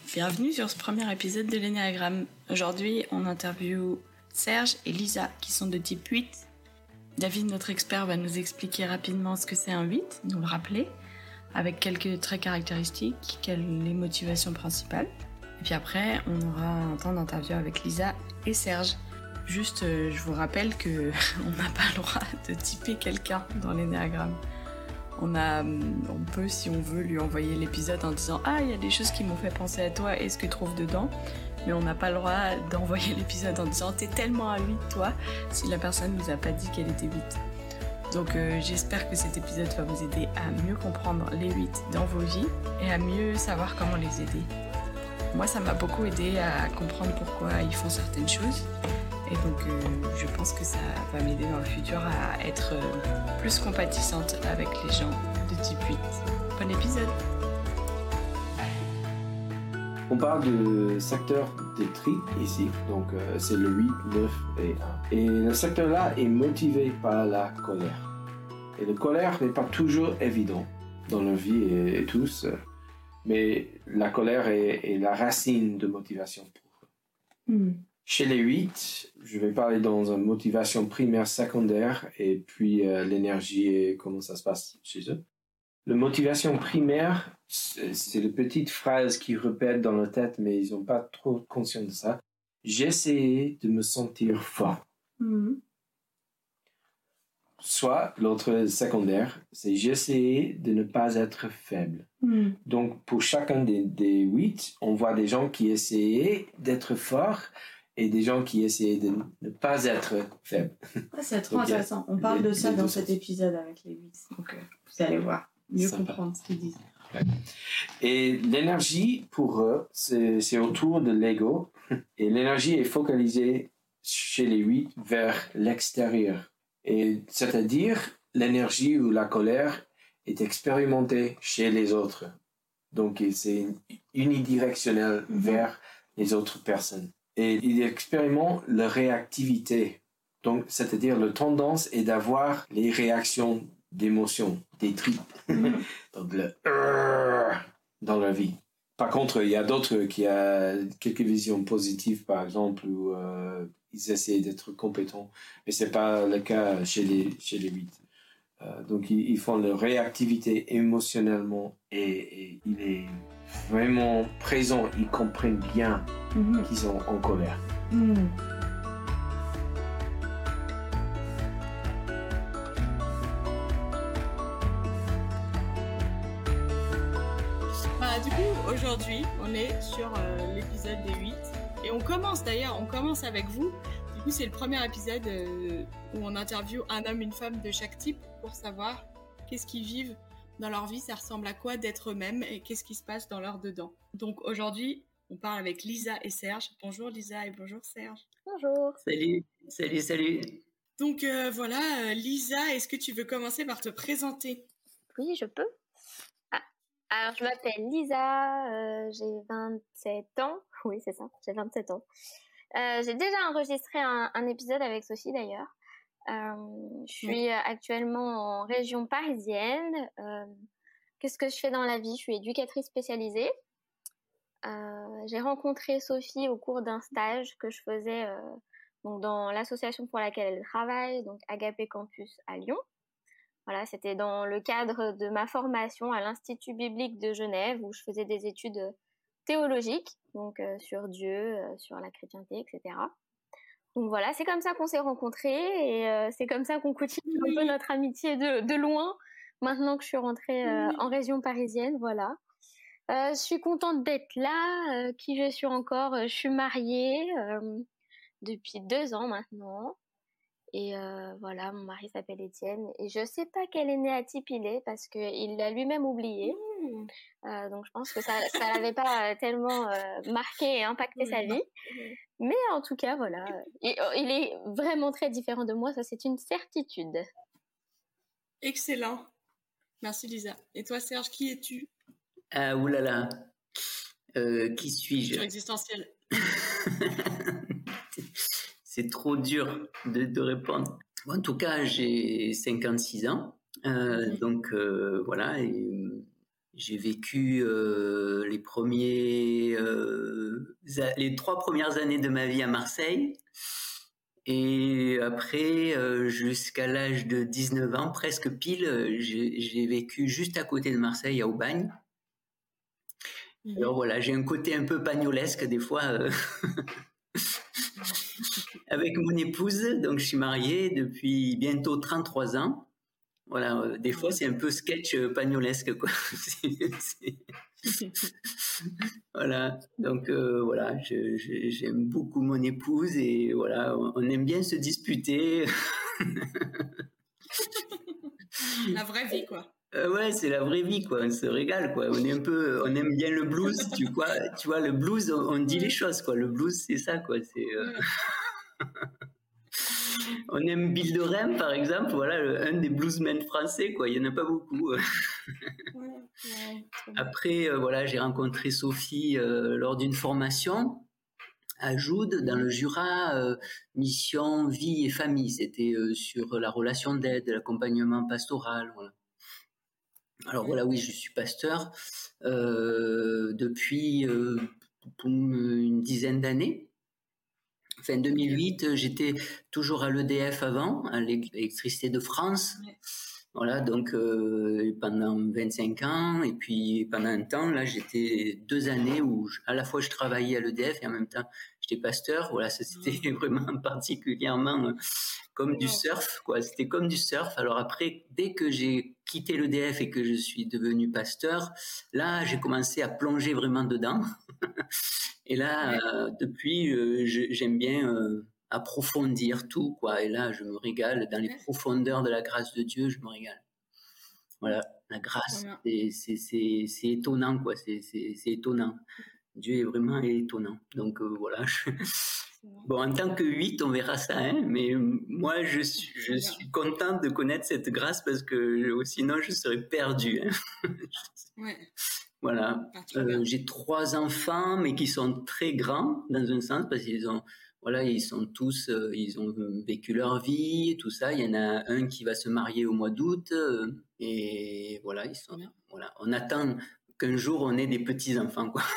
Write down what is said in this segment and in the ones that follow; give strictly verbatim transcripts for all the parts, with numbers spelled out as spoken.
Bienvenue sur ce premier épisode de l'Énéagramme. Aujourd'hui, on interviewe Serge et Lisa qui sont de type huit. David, notre expert, va nous expliquer rapidement ce que c'est un huit, nous le rappeler, avec quelques traits caractéristiques, quelles les motivations principales. Et puis après, on aura un temps d'interview avec Lisa et Serge. Juste, euh, je vous rappelle qu'on n'a pas le droit de typer quelqu'un dans l'Énéagramme. On, a, on peut, si on veut, lui envoyer l'épisode en disant « Ah, il y a des choses qui m'ont fait penser à toi, est-ce que tu trouves dedans ?» Mais on n'a pas le droit d'envoyer l'épisode en disant « T'es tellement à huit, toi !» si la personne ne nous a pas dit qu'elle était huit. Donc euh, j'espère que cet épisode va vous aider à mieux comprendre les huit dans vos vies et à mieux savoir comment les aider. Moi, ça m'a beaucoup aidé à comprendre pourquoi ils font certaines choses. Et donc, euh, je pense que ça va m'aider dans le futur à être euh, plus compatissante avec les gens de type huit. Bon épisode. On parle de secteur des tri ici, donc euh, c'est le huit, neuf et un. Et le secteur-là est motivé par la colère. Et la colère n'est pas toujours évident dans la vie et, et tous, euh, mais la colère est, est la racine de motivation pour eux. Mm. Chez les huit, je vais parler dans une motivation primaire, secondaire, et puis euh, l'énergie et comment ça se passe chez eux. La motivation primaire, c'est, c'est les petites phrases qu'ils répètent dans leur tête, mais ils n'ont pas trop conscience de ça. J'essayais de me sentir fort. Mm-hmm. Soit l'autre secondaire, c'est j'essayais de ne pas être faible. Mm. Donc pour chacun des, des huit, on voit des gens qui essayaient d'être forts, et des gens qui essaient de ne pas être faibles. Ouais, c'est trop donc, intéressant. On parle de ça dans cet épisode avec les huit. Donc, euh, vous allez voir, mieux Sympa. comprendre ce qu'ils disent. Ouais. Et l'énergie, pour eux, c'est, c'est autour de l'ego. Et l'énergie est focalisée chez les huit vers l'extérieur. Et c'est-à-dire, l'énergie ou la colère est expérimentée chez les autres. Donc, c'est unidirectionnel mm-hmm. vers les autres personnes. Et il expérimente la réactivité. Donc, c'est-à-dire la tendance est d'avoir les réactions d'émotions, des tripes. Mm-hmm. Donc, le euh, dans la vie. Par contre, il y a d'autres qui ont quelques visions positives, par exemple, où euh, ils essaient d'être compétents. Mais ce n'est pas le cas chez les, chez les huit. Euh, donc, ils, ils font la réactivité émotionnellement et, et il est vraiment présent. Ils comprennent bien mm-hmm. qu'ils sont en colère. Mm. Bah, du coup, aujourd'hui, on est sur euh, l'épisode des huit. Et on commence d'ailleurs, on commence avec vous. Du coup, c'est le premier épisode euh, où on interviewe un homme, une femme de chaque type pour savoir qu'est-ce qu'ils vivent dans leur vie, ça ressemble à quoi d'être eux-mêmes et qu'est-ce qui se passe dans leur dedans. Donc aujourd'hui, on parle avec Lisa et Serge. Bonjour Lisa et bonjour Serge. Bonjour. Salut, salut, salut. Donc euh, voilà, euh, Lisa, est-ce que tu veux commencer par te présenter ? Oui, je peux. Ah, alors je m'appelle Lisa, euh, j'ai vingt-sept ans. Oui, c'est ça, j'ai vingt-sept ans. Euh, j'ai déjà enregistré un, un épisode avec Sophie d'ailleurs. Euh, je suis actuellement en région parisienne. Euh, qu'est-ce que je fais dans la vie ? Je suis éducatrice spécialisée. Euh, j'ai rencontré Sophie au cours d'un stage que je faisais euh, donc dans l'association pour laquelle elle travaille, donc Agapé Campus à Lyon. Voilà, c'était dans le cadre de ma formation à l'Institut biblique de Genève où je faisais des études théologiques, donc euh, sur Dieu, euh, sur la chrétienté, et cetera. Donc voilà, c'est comme ça qu'on s'est rencontrés et euh, c'est comme ça qu'on continue oui. un peu notre amitié de, de loin, maintenant que je suis rentrée euh, oui. en région parisienne, voilà. Euh, je suis contente d'être là, euh, qui je suis encore, euh, je suis mariée euh, depuis deux ans maintenant. Et euh, voilà, mon mari s'appelle Étienne et je sais pas quel énéatype il est parce qu'il l'a lui-même oublié. Mmh. Euh, donc je pense que ça ça l'avait pas tellement euh, marqué et impacté mmh. sa vie. Mmh. Mais en tout cas, voilà, il, il est vraiment très différent de moi, ça c'est une certitude. Excellent. Merci Lisa. Et toi Serge, qui es-tu ? Ah oulala, euh, qui suis-je ? Sur existentiel. C'est trop dur de, de répondre. En tout cas, j'ai cinquante-six ans, euh, mmh. donc euh, voilà, et j'ai vécu euh, les premiers, euh, les trois premières années de ma vie à Marseille. Et après, euh, jusqu'à l'âge de dix-neuf ans, presque pile, j'ai, j'ai vécu juste à côté de Marseille, à Aubagne. Mmh. Alors voilà, j'ai un côté un peu pagnolesque des fois. Euh avec mon épouse, donc je suis marié depuis bientôt trente-trois ans. Voilà, euh, des fois c'est un peu sketch euh, pagnolesque, quoi. c'est, c'est... Voilà, donc euh, voilà, je, je, j'aime beaucoup mon épouse et voilà, on, on aime bien se disputer. La vraie vie, quoi. Euh, ouais, c'est la vraie vie, quoi. On se régale, quoi. On est un peu, on aime bien le blues, tu vois. Tu vois, le blues, on, on dit les choses, quoi. Le blues, c'est ça, quoi. C'est. Euh... On aime Bill de Rem, par exemple, voilà, le, un des bluesmen français, quoi. Il n'y en a pas beaucoup. Ouais, ouais, après, euh, voilà, j'ai rencontré Sophie euh, lors d'une formation à Joudes, dans le Jura, euh, mission vie et famille. C'était euh, sur la relation d'aide, l'accompagnement pastoral, voilà. Alors voilà, oui, je suis pasteur euh, depuis euh, une dizaine d'années. Fin deux mille huit, j'étais toujours à l'E D F avant, à l'Électricité de France. Ouais. Voilà, donc euh, pendant vingt-cinq ans, et puis pendant un temps, là, j'étais deux années où je, à la fois je travaillais à l'E D F et en même temps j'étais pasteur. Voilà, ça c'était vraiment particulièrement comme du surf, quoi. C'était comme du surf. Alors après, dès que j'ai quitté l'E D F et que je suis devenu pasteur, là, j'ai commencé à plonger vraiment dedans. Et là, ouais. euh, depuis, euh, je, j'aime bien euh, approfondir tout, quoi. Et là, je me régale dans les ouais. profondeurs de la grâce de Dieu. Je me régale. Voilà, la grâce, c'est, c'est, c'est, c'est étonnant, quoi. C'est, c'est, c'est étonnant. Dieu est vraiment étonnant. Donc euh, voilà. Je... Bon, en tant que huit, on verra ça, hein. Mais moi, je suis, je suis contente de connaître cette grâce parce que sinon, je serais perdue. Hein. Ouais. Voilà, euh, j'ai trois enfants, mais qui sont très grands dans un sens parce qu'ils ont, voilà, ils sont tous, euh, ils ont vécu leur vie, tout ça. Il y en a un qui va se marier au mois d'août, euh, et voilà, ils sont, ouais. Voilà. On attend qu'un jour on ait des petits enfants, quoi.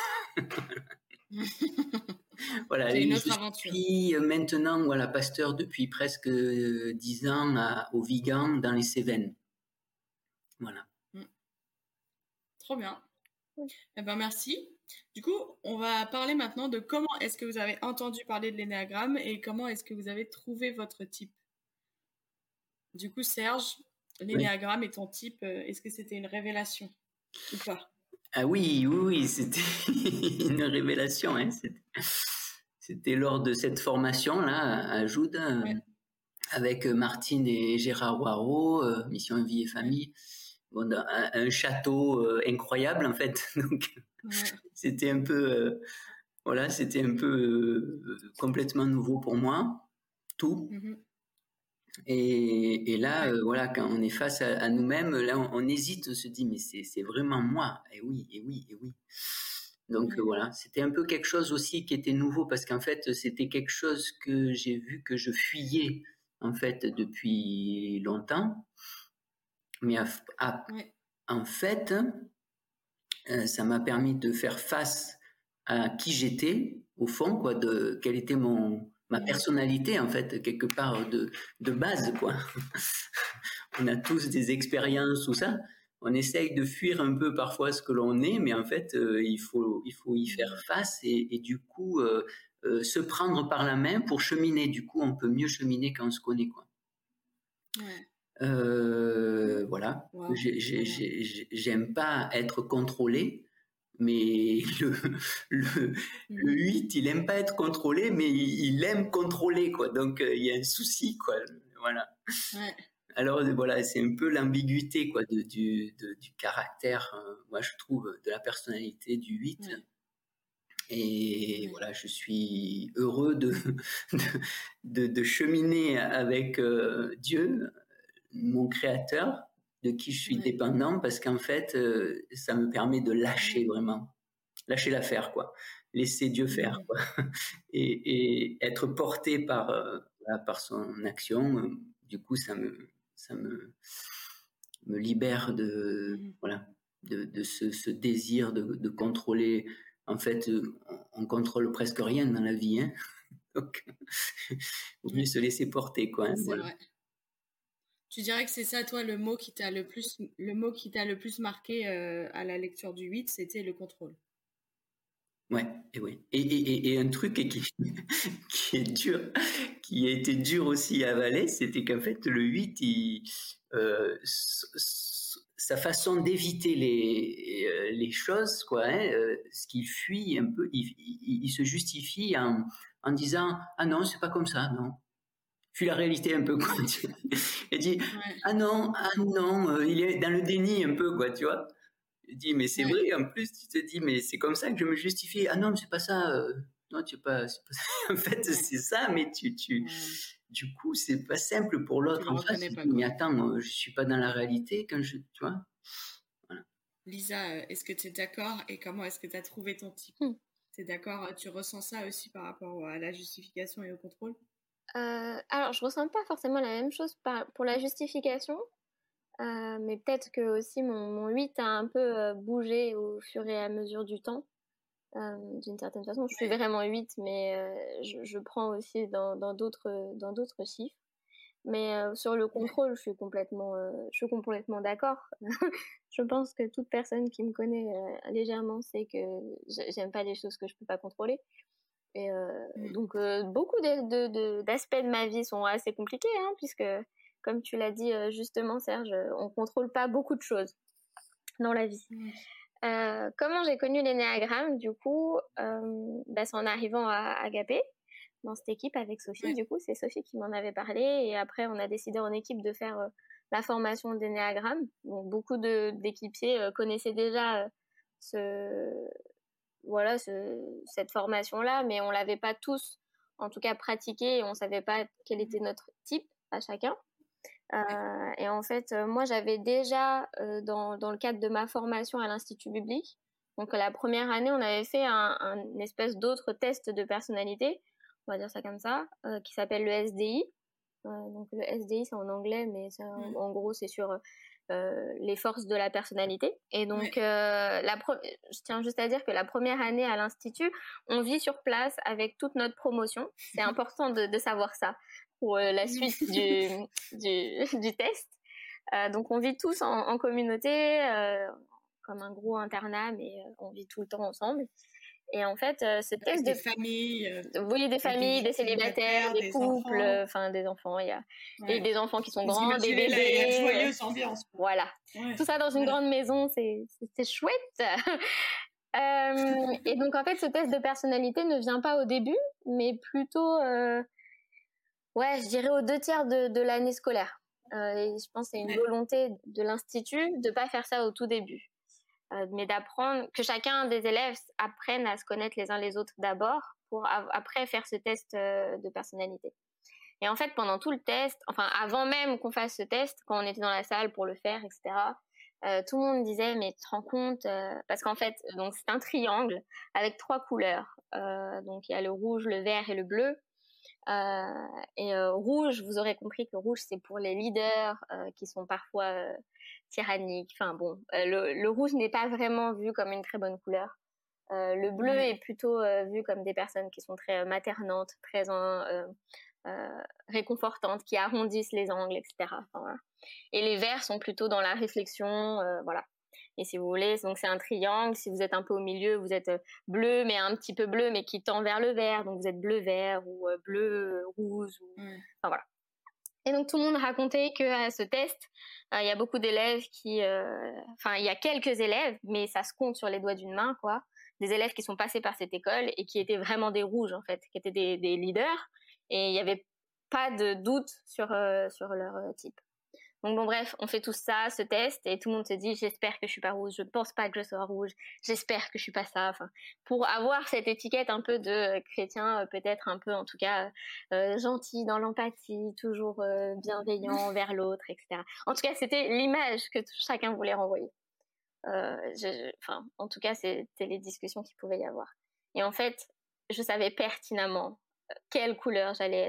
Voilà, c'est une et autre je aventure. suis maintenant, voilà, pasteur depuis presque dix ans à, au Vigan dans les Cévennes. Voilà. Mmh. Trop bien. Eh ben merci. Du coup, on va parler maintenant de comment est-ce que vous avez entendu parler de l'énéagramme et comment est-ce que vous avez trouvé votre type. Du coup, Serge, l'énéagramme oui. Et ton type, est-ce que c'était une révélation ou pas? Ah oui, oui, oui, c'était une révélation. Hein. C'était, c'était lors de cette formation-là à Joudes, ouais. Avec Martine et Gérard Waro, euh, Mission Vie et Famille. Bon, un, un château euh, incroyable en fait. Donc, ouais. C'était un peu, euh, voilà, c'était un peu euh, complètement nouveau pour moi, tout. Mm-hmm. Et, et là, ouais. euh, voilà, quand on est face à, à nous-mêmes, là, on, on hésite, on se dit, mais c'est, c'est vraiment moi. Et oui, et oui, et oui. Donc ouais. euh, voilà, c'était un peu quelque chose aussi qui était nouveau parce qu'en fait, c'était quelque chose que j'ai vu que je fuyais en fait depuis longtemps. Mais à, à, ouais. en fait, euh, ça m'a permis de faire face à qui j'étais, au fond, quoi, de quelle était mon ma personnalité, en fait, quelque part de, de base, quoi. On a tous des expériences, tout ça. On essaye de fuir un peu parfois ce que l'on est, mais en fait, euh, il faut il faut y faire face et, et du coup, euh, euh, se prendre par la main pour cheminer. Du coup, on peut mieux cheminer quand on se connaît, quoi. Ouais. Euh, voilà, wow. j'ai, j'ai, j'ai, j'aime pas être contrôlé, mais le, le, mmh. le huit, il aime pas être contrôlé, mais il, il aime contrôler, quoi. Donc, euh, il y a un souci, quoi. Voilà. Ouais. Alors, voilà, c'est un peu l'ambiguïté, quoi, de, du, de, du caractère, euh, moi, je trouve, de la personnalité du huit. Ouais. Et ouais. Voilà, je suis heureux de, de, de, de cheminer avec euh, Dieu, mon créateur, de qui je suis ouais. dépendant, parce qu'en fait, euh, ça me permet de lâcher vraiment, lâcher l'affaire, quoi, laisser Dieu faire, quoi. Et, et être porté par, euh, par son action. Euh, du coup, ça me, ça me, me libère de, mmh. voilà, de, de ce, ce désir de, de contrôler. En fait, on contrôle presque rien dans la vie, hein. Donc, il vaut mieux se laisser porter, quoi. Hein, c'est voilà. vrai. Tu dirais que c'est ça, toi, le mot qui t'a le plus, le mot qui t'a le plus marqué euh, à la lecture du huit, c'était le contrôle. Ouais, et oui. Et, et, et un truc qui, qui est dur, qui a été dur aussi à avaler, c'était qu'en fait, le huit, il, euh, sa façon d'éviter les, euh, les choses, quoi, hein, euh, ce qu'il fuit un peu, il, il, il se justifie en, en disant « Ah non, c'est pas comme ça, non. » Fuit la réalité un peu, quoi. Il dit ouais. « Ah non, ah non, euh, il est dans le déni un peu, quoi, tu vois. » Il dit « Mais c'est ouais. vrai, en plus, tu te dis, mais c'est comme ça que je me justifie. Ah non, mais c'est pas ça. Euh, non, tu es pas, c'est pas ça. En fait, ouais. c'est ça, mais tu, tu, ouais. du coup, c'est pas simple pour l'autre en face. Pas, mais attends, je suis pas dans la réalité quand je, tu vois. » Voilà. Lisa, est-ce que tu es d'accord et comment est-ce que tu as trouvé ton type? hmm. Tu es d'accord? Tu ressens ça aussi par rapport à la justification et au contrôle? euh, Alors, je ressens pas forcément la même chose par, pour la justification. Euh, mais peut-être que aussi mon, mon huit a un peu euh, bougé au fur et à mesure du temps, euh, d'une certaine façon. Je suis ouais. vraiment huit, mais euh, je, je prends aussi dans, dans, d'autres, dans d'autres chiffres. Mais euh, sur le contrôle, ouais. je suis complètement, euh, je suis complètement d'accord. Je pense que toute personne qui me connaît euh, légèrement sait que j'aime pas les choses que je peux pas contrôler. Et euh, mmh. donc euh, beaucoup de, de, de, d'aspects de ma vie sont assez compliqués, hein, puisque comme tu l'as dit justement, Serge, on contrôle pas beaucoup de choses dans la vie. Mmh. Euh, comment j'ai connu l'énéagramme, du coup, euh, bah, c'est en arrivant à Agapé, dans cette équipe avec Sophie, ouais. du coup, c'est Sophie qui m'en avait parlé, et après on a décidé en équipe de faire euh, la formation d'énéagramme. Donc beaucoup de, d'équipiers euh, connaissaient déjà euh, ce, voilà, ce, cette formation-là, mais on l'avait pas tous, en tout cas, pratiqué, et on savait pas quel était notre type à chacun. Euh, et en fait, euh, moi, j'avais déjà, euh, dans, dans le cadre de ma formation à l'Institut biblique, donc la première année, on avait fait un, un une espèce d'autre test de personnalité, on va dire ça comme ça, euh, qui s'appelle le S D I. Euh, donc le S D I, c'est en anglais, mais c'est un, mmh. en gros, c'est sur euh, les forces de la personnalité. Et donc, ouais. euh, la pro- je tiens juste à dire que la première année à l'Institut, on vit sur place avec toute notre promotion. C'est important de, de savoir ça pour euh, la suite du, du, du test. Euh, donc, on vit tous en, en communauté, euh, comme un gros internat, mais euh, on vit tout le temps ensemble. Et en fait, euh, ce test des de familles, euh, oui, des familles, des célibataires, des, des couples, enfin euh, des enfants, il y a ouais. et des enfants qui sont Vous grands, des bébés, la, la joyeuse ambiance. Voilà, ouais. tout ça dans une voilà. grande maison, c'est c'est chouette. euh, et donc en fait, ce test de personnalité ne vient pas au début, mais plutôt, euh, ouais, je dirais aux deux tiers de, de l'année scolaire. Euh, et je pense que c'est une ouais. volonté de l'institut de pas faire ça au tout début. Euh, mais d'apprendre, que chacun des élèves apprenne à se connaître les uns les autres d'abord pour av- après faire ce test euh, de personnalité. Et en fait, pendant tout le test, enfin avant même qu'on fasse ce test, quand on était dans la salle pour le faire, et cetera, euh, tout le monde disait, mais tu te rends compte, euh, parce qu'en fait, donc c'est un triangle avec trois couleurs. Euh, donc il y a le rouge, le vert et le bleu. Euh, et euh, rouge, vous aurez compris que rouge, c'est pour les leaders euh, qui sont parfois euh, tyranniques. Enfin bon, euh, le, le rouge n'est pas vraiment vu comme une très bonne couleur. Euh, le bleu ouais. est plutôt euh, vu comme des personnes qui sont très maternantes, très euh, euh, réconfortantes, qui arrondissent les angles, et cetera. Enfin, voilà. Et les verts sont plutôt dans la réflexion, euh, voilà. Et si vous voulez, donc c'est un triangle. Si vous êtes un peu au milieu, vous êtes bleu, mais un petit peu bleu, mais qui tend vers le vert. Donc vous êtes bleu-vert ou euh, bleu-rouge. Ou... Mm. Enfin voilà. Et donc tout le monde racontait qu'à ce test, il euh, y a beaucoup d'élèves qui... Enfin, euh, il y a quelques élèves, mais ça se compte sur les doigts d'une main, quoi. Des élèves qui sont passés par cette école et qui étaient vraiment des rouges, en fait, qui étaient des, des leaders. Et il n'y avait pas de doute sur, euh, sur leur euh, type. Donc bon bref, on fait tout ça, ce test, et tout le monde se dit j'espère que je suis pas rouge, je pense pas que je sois rouge, j'espère que je suis pas ça. Enfin, pour avoir cette étiquette un peu de chrétien, peut-être un peu en tout cas euh, gentil dans l'empathie, toujours euh, bienveillant vers l'autre, et cetera. En tout cas, c'était l'image que chacun voulait renvoyer. Euh, je, je, enfin, en tout cas, c'était les discussions qu'il pouvait y avoir. Et en fait, je savais pertinemment quelle couleur j'allais être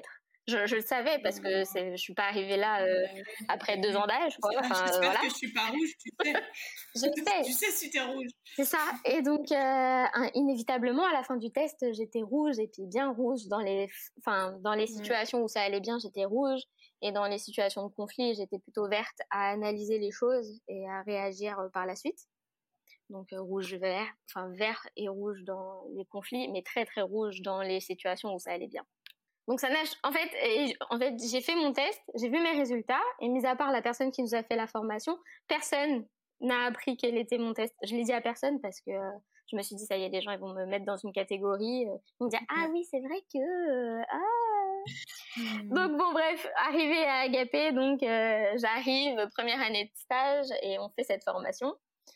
Je, je le savais parce que c'est, je suis pas arrivée là euh, après deux ans d'âge, quoi. Enfin, J'espère voilà. que je suis pas rouge, tu sais. Je sais. Tu sais si t'es rouge. C'est ça. Et donc, euh, inévitablement, à la fin du test, j'étais rouge et puis bien rouge dans les, enfin, dans les situations où ça allait bien, j'étais rouge. Et dans les situations de conflit, j'étais plutôt verte à analyser les choses et à réagir par la suite. Donc, euh, rouge-vert, enfin, vert et rouge dans les conflits, mais très, très rouge dans les situations où ça allait bien. Donc ça nage. En fait, et, en fait, j'ai fait mon test, j'ai vu mes résultats, et mis à part la personne qui nous a fait la formation, personne n'a appris quel était mon test. Je l'ai dit à personne parce que euh, je me suis dit ça y est, les gens ils vont me mettre dans une catégorie, euh, ils vont me dire ah oui c'est vrai que euh, ah. Mmh. Donc bon bref, arrivé à Agapé, donc euh, j'arrive première année de stage et on fait cette formation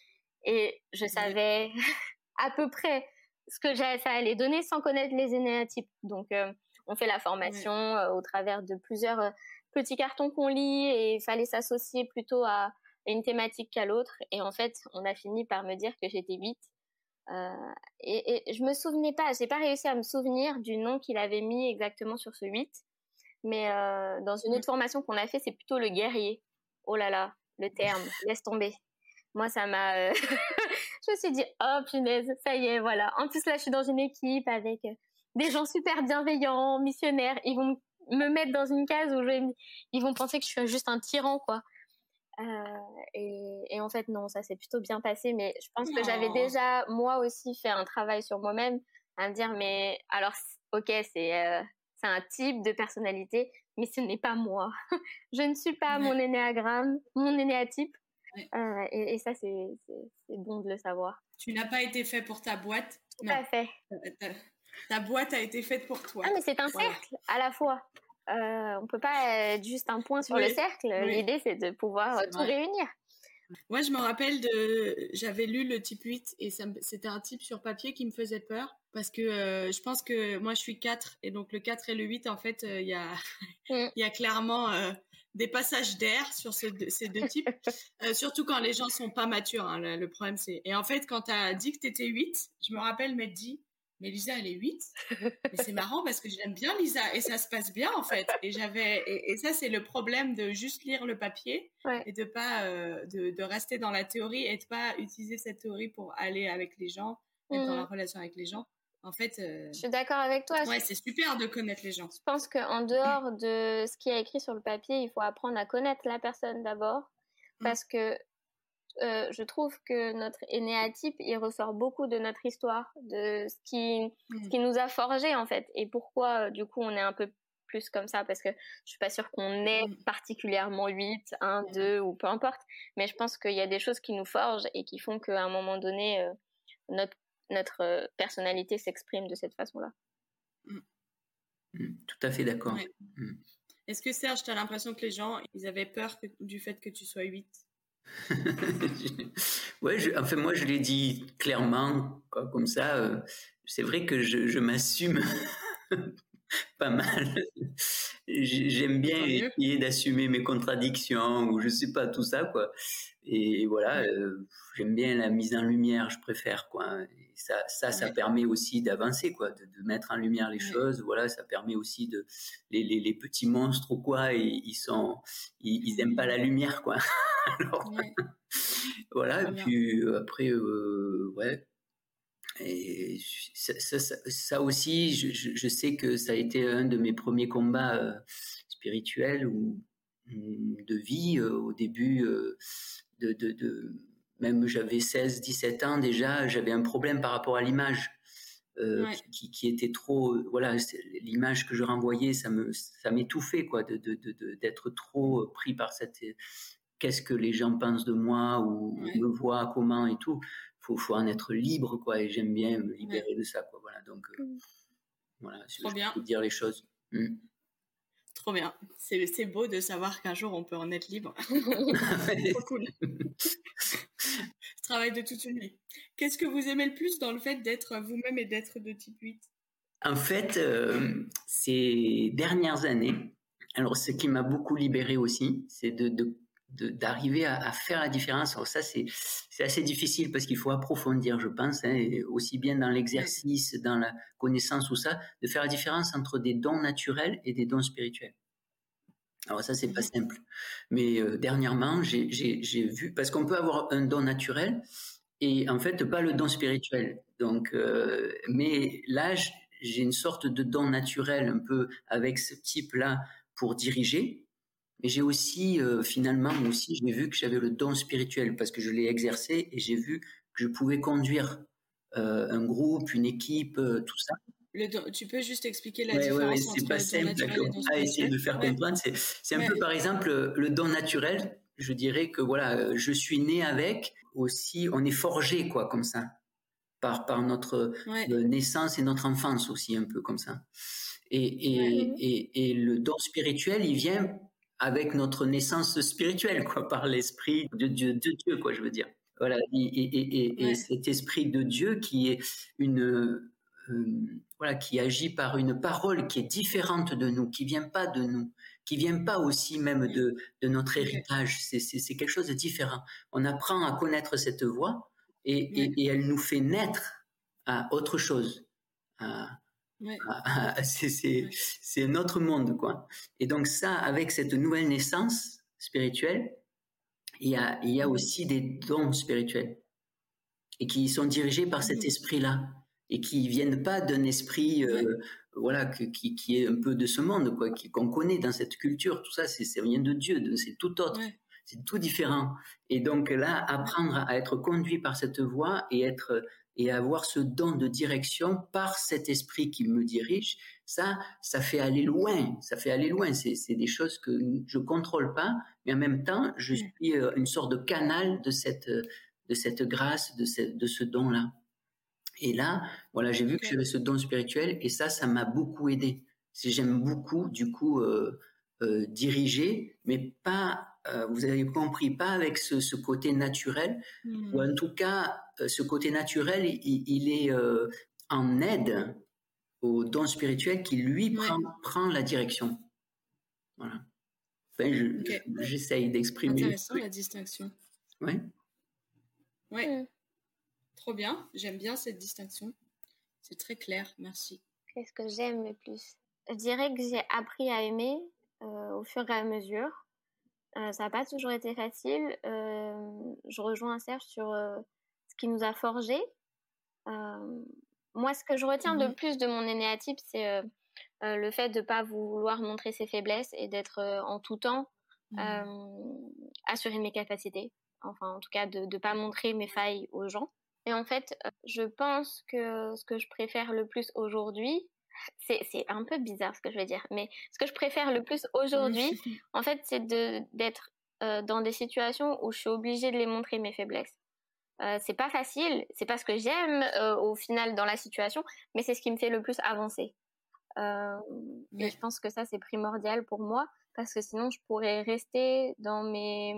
et je savais à peu près ce que ça allait donner sans connaître les énéatypes. Donc euh, on fait la formation oui. euh, au travers de plusieurs euh, petits cartons qu'on lit et il fallait s'associer plutôt à une thématique qu'à l'autre. Et en fait, on a fini par me dire que j'étais huit. Euh, et, et je me souvenais pas, j'ai pas réussi à me souvenir du nom qu'il avait mis exactement sur ce huit. Mais euh, dans une autre formation qu'on a fait, c'est plutôt le guerrier. Oh là là, le terme, laisse tomber. Moi, ça m'a... Euh... je me suis dit, oh punaise, ça y est, voilà. En plus, là, je suis dans une équipe avec... des gens super bienveillants, missionnaires, ils vont me mettre dans une case où je vais, ils vont penser que je suis juste un tyran, quoi. Euh, et, et en fait, non, ça s'est plutôt bien passé, mais je pense que j'avais déjà, moi aussi, fait un travail sur moi-même, à me dire, mais alors, ok, c'est, euh, c'est un type de personnalité, mais ce n'est pas moi. Je ne suis pas ouais. mon énéagramme, mon énéatype. Ouais. Euh, et, et ça, c'est, c'est, c'est bon de le savoir. Tu n'as pas été fait pour ta boîte. Tout à fait. Ta boîte a été faite pour toi. Ah, mais c'est un voilà. cercle à la fois. Euh, on peut pas être juste un point sur oui. le cercle. Oui. L'idée, c'est de pouvoir c'est tout vrai. réunir. Moi, je me rappelle de... J'avais lu le type huit et ça me... c'était un type sur papier qui me faisait peur parce que euh, je pense que moi, je suis quatre et donc le quatre et le huit, en fait, il euh, y, a... mm. y a clairement euh, des passages d'air sur ce... ces deux types, euh, surtout quand les gens sont pas matures. Hein, le, le problème, c'est... Et en fait, quand tu as dit que tu étais huit, je me rappelle m'être dit mais Lisa, elle est huit. Mais c'est marrant parce que j'aime bien Lisa et ça se passe bien en fait. Et j'avais et, et ça c'est le problème de juste lire le papier ouais. et de pas euh, de, de rester dans la théorie et de pas utiliser cette théorie pour aller avec les gens, être mmh. dans la relation avec les gens. En fait, euh... je suis d'accord avec toi. Ouais, c'est super de connaître les gens. Je pense qu'en dehors de ce qui est écrit sur le papier, il faut apprendre à connaître la personne d'abord parce mmh. que Euh, je trouve que notre énéatype, il ressort beaucoup de notre histoire, de ce qui, mmh. ce qui nous a forgé en fait. Et pourquoi, du coup, on est un peu plus comme ça, parce que je suis pas sûre qu'on est mmh. particulièrement huit, un, mmh. deux ou peu importe. Mais je pense qu'il y a des choses qui nous forgent et qui font qu'à un moment donné, euh, notre, notre euh, personnalité s'exprime de cette façon-là. Mmh. Mmh. Tout à fait d'accord. Ouais. Mmh. Est-ce que Serge, tu as l'impression que les gens, ils avaient peur que, du fait que tu sois huit? Ouais, je, enfin moi je l'ai dit clairement, quoi, comme ça. Euh, c'est vrai que je, je m'assume pas mal. J'aime bien essayer d'assumer mes contradictions ou je sais pas tout ça quoi. Et voilà, euh, j'aime bien la mise en lumière, je préfère quoi. Et ça, ça, ça ouais. permet aussi d'avancer quoi, de, de mettre en lumière les ouais. choses. Voilà, ça permet aussi de les, les, les petits monstres ou quoi, ils, ils sont, ils, ils aiment pas la lumière quoi. Alors, ouais. voilà. Et puis euh, après, euh, ouais. Et ça, ça, ça, ça aussi, je, je, je sais que ça a été un de mes premiers combats euh, spirituels ou de vie euh, au début. Euh, De, de, de, même j'avais seize dix-sept ans déjà, j'avais un problème par rapport à l'image euh, ouais. qui, qui était trop, voilà, l'image que je renvoyais, ça me, ça m'étouffait quoi, de, de, de, d'être trop pris par cette, qu'est-ce que les gens pensent de moi ou ouais. me voient comment et tout. Faut, faut en être libre quoi, et j'aime bien me libérer ouais. de ça quoi, voilà. Donc euh, voilà, trop bien. Faut dire les choses. Mm. Trop bien. C'est, c'est beau de savoir qu'un jour on peut en être libre. Trop cool. Travail de toute une vie. Qu'est-ce que vous aimez le plus dans le fait d'être vous-même et d'être de type huit? En fait, euh, ces dernières années, alors ce qui m'a beaucoup libérée aussi, c'est de, de de, d'arriver à, à faire la différence. Alors ça, c'est, c'est assez difficile parce qu'il faut approfondir, je pense, hein, aussi bien dans l'exercice, dans la connaissance ou ça, de faire la différence entre des dons naturels et des dons spirituels. Alors ça, c'est pas simple. Mais euh, dernièrement, j'ai, j'ai, j'ai vu, parce qu'on peut avoir un don naturel et en fait pas le don spirituel. Donc, euh, mais là, j'ai une sorte de don naturel un peu avec ce type-là pour diriger. Mais j'ai aussi, euh, finalement, moi aussi, j'ai vu que j'avais le don spirituel parce que je l'ai exercé et j'ai vu que je pouvais conduire euh, un groupe, une équipe, euh, tout ça. Le don, tu peux juste expliquer la ouais, différence ouais, ouais, entre pas le simple, don naturel et le don à essayer de faire ouais. comprendre. C'est, c'est un ouais. peu, par exemple, le don naturel. Je dirais que voilà, je suis né avec. Aussi, on est forgé quoi, comme ça, par par notre ouais. naissance et notre enfance aussi un peu comme ça. Et et, Ouais. et et le don spirituel, il vient avec notre naissance spirituelle quoi, par l'esprit de Dieu, de Dieu quoi, je veux dire. Voilà, et, et, et, ouais. et cet esprit de Dieu qui est une, euh, voilà, qui agit par une parole qui est différente de nous, qui vient pas de nous, qui vient pas aussi même de, de notre héritage. C'est, c'est, c'est quelque chose de différent. On apprend à connaître cette voix et, ouais. et, et elle nous fait naître à autre chose. À, ouais. à, à, c'est, c'est, ouais. c'est un autre monde, quoi. Et donc ça, avec cette nouvelle naissance spirituelle, il y a, il y a aussi des dons spirituels et qui sont dirigés par cet esprit-là et qui viennent pas d'un esprit euh, ouais. voilà que, qui, qui est un peu de ce monde quoi, qui, qu'on connaît dans cette culture. Tout ça, c'est, c'est rien de Dieu, de, c'est tout autre, ouais. c'est tout différent. Et donc là, apprendre à être conduit par cette voie et être et avoir ce don de direction par cet esprit qui me dirige, ça, ça fait aller loin. Ça fait aller loin. C'est, c'est des choses que je contrôle pas, mais en même temps, je suis une sorte de canal de cette de cette grâce, de ce, de ce don-là. Et là, voilà, j'ai vu okay. que j'avais ce don spirituel et ça, ça m'a beaucoup aidé. C'est, j'aime beaucoup, du coup, euh, euh, diriger, mais pas, euh, vous avez compris, pas avec ce, ce côté naturel, mmh. ou en tout cas, euh, ce côté naturel, il, il est euh, en aide au don spirituel qui, lui, ouais. prend, prend la direction. Voilà. Enfin, je, okay. j'essaye d'exprimer. Intéressant, la distinction. Oui. Oui, mmh. Trop bien. J'aime bien cette distinction. C'est très clair. Merci. Qu'est-ce que j'aime le plus ? Je dirais que j'ai appris à aimer euh, au fur et à mesure. Euh, ça n'a pas toujours été facile. Euh, je rejoins Serge sur euh, ce qui nous a forgés. Euh, moi, ce que je retiens mmh. de plus de mon énéatype, c'est euh, euh, le fait de ne pas vouloir montrer ses faiblesses et d'être euh, en tout temps mmh. euh, assurer mes capacités. Enfin, en tout cas, de ne pas montrer mes failles aux gens. Et en fait, je pense que ce que je préfère le plus aujourd'hui, c'est, c'est un peu bizarre ce que je vais dire, mais ce que je préfère le plus aujourd'hui, en fait, c'est de, d'être euh, dans des situations où je suis obligée de les montrer mes faiblesses. Euh, c'est pas facile, c'est pas ce que j'aime euh, au final dans la situation, mais c'est ce qui me fait le plus avancer. Euh, et je pense que ça, c'est primordial pour moi, parce que sinon, je pourrais rester dans mes...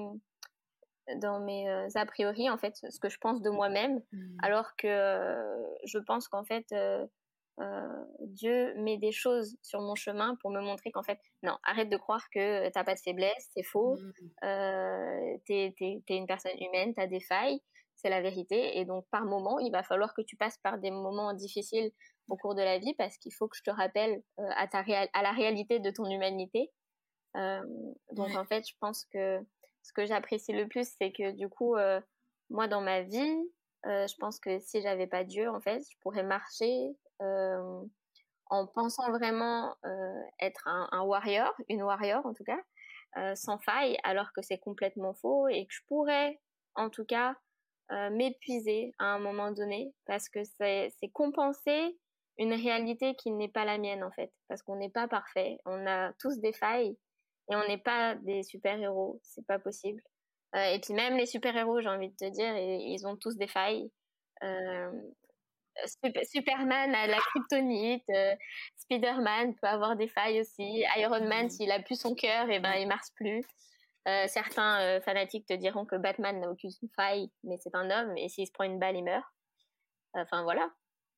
dans mes euh, a priori, en fait, ce que je pense de moi-même, mmh. alors que euh, je pense qu'en fait, euh, euh, Dieu met des choses sur mon chemin pour me montrer qu'en fait, non, arrête de croire que t'as pas de faiblesse, c'est faux, mmh. euh, t'es, t'es, t'es une personne humaine, t'as des failles, c'est la vérité, et donc par moment, il va falloir que tu passes par des moments difficiles au cours de la vie, parce qu'il faut que je te rappelle euh, à, ta réa- à la réalité de ton humanité. Euh, donc ouais. en fait, je pense que ce que j'apprécie le plus, c'est que du coup, euh, moi, dans ma vie, euh, je pense que si j'avais pas Dieu, en fait, je pourrais marcher euh, en pensant vraiment euh, être un, un warrior, une warrior en tout cas, euh, sans faille, alors que c'est complètement faux et que je pourrais, en tout cas, euh, m'épuiser à un moment donné parce que c'est, c'est compenser une réalité qui n'est pas la mienne, en fait, parce qu'on n'est pas parfait, on a tous des failles. Et on n'est pas des super-héros, c'est pas possible. Euh, et puis même les super-héros, j'ai envie de te dire, ils, ils ont tous des failles. Euh, Super, Superman a la kryptonite, euh, Spider-Man peut avoir des failles aussi. Iron Man, s'il a plus son cœur, et ben il marche plus. Euh, certains euh, fanatiques te diront que Batman n'a aucune faille, mais c'est un homme, et s'il se prend une balle, il meurt. Enfin voilà.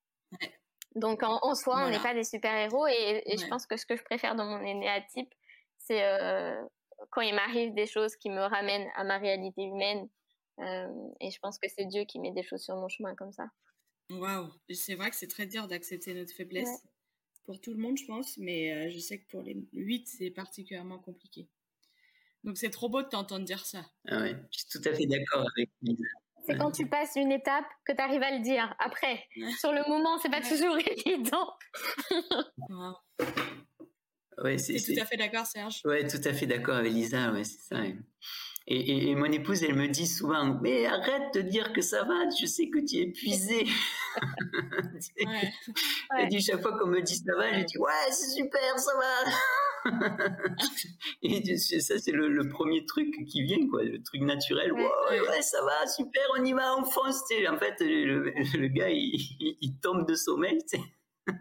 Donc en, en soi, voilà. On n'est pas des super-héros, et, et ouais. Je pense que ce que je préfère dans mon énéatype, c'est euh, quand il m'arrive des choses qui me ramènent à ma réalité humaine. Euh, et je pense que c'est Dieu qui met des choses sur mon chemin comme ça. Waouh, c'est vrai que c'est très dur d'accepter notre faiblesse. Ouais. Pour tout le monde, je pense, mais euh, je sais que pour les huit, c'est particulièrement compliqué. Donc c'est trop beau de t'entendre dire ça. Ah ouais, je suis tout à fait d'accord avec Lisa. C'est quand tu passes une étape que tu arrives à le dire. Après, sur le moment, c'est pas toujours évident. Wow. Ouais, c'est, T'es c'est... tout à fait d'accord, Serge? Ouais, tout à fait d'accord avec Lisa, ouais, c'est ça. Ouais. Et, et, et mon épouse, elle me dit souvent, mais arrête de dire que ça va, je sais que tu es épuisée. Ouais. Elle dit, chaque fois qu'on me dit ça va, je dis, ouais, c'est super, ça va. Et ça, c'est le, le premier truc qui vient, quoi, le truc naturel. Ouais, ouais, ouais, ça va, super, on y va, on fonce. Tu sais, en fait, le, le gars, il, il tombe de sommeil, tu sais.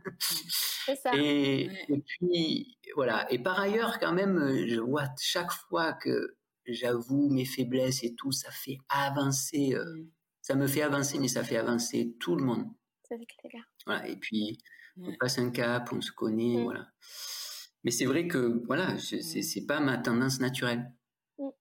C'est ça. Et, Ouais. et puis, voilà. Et par ailleurs, quand même, je vois chaque fois que j'avoue mes faiblesses et tout, ça fait avancer, euh, mm. ça me fait avancer, mais ça fait avancer tout le monde. C'est clair. Voilà. Et puis, ouais. on passe un cap, on se connaît, mm. voilà. Mais c'est vrai que, voilà, c'est, c'est, c'est pas ma tendance naturelle. Mm.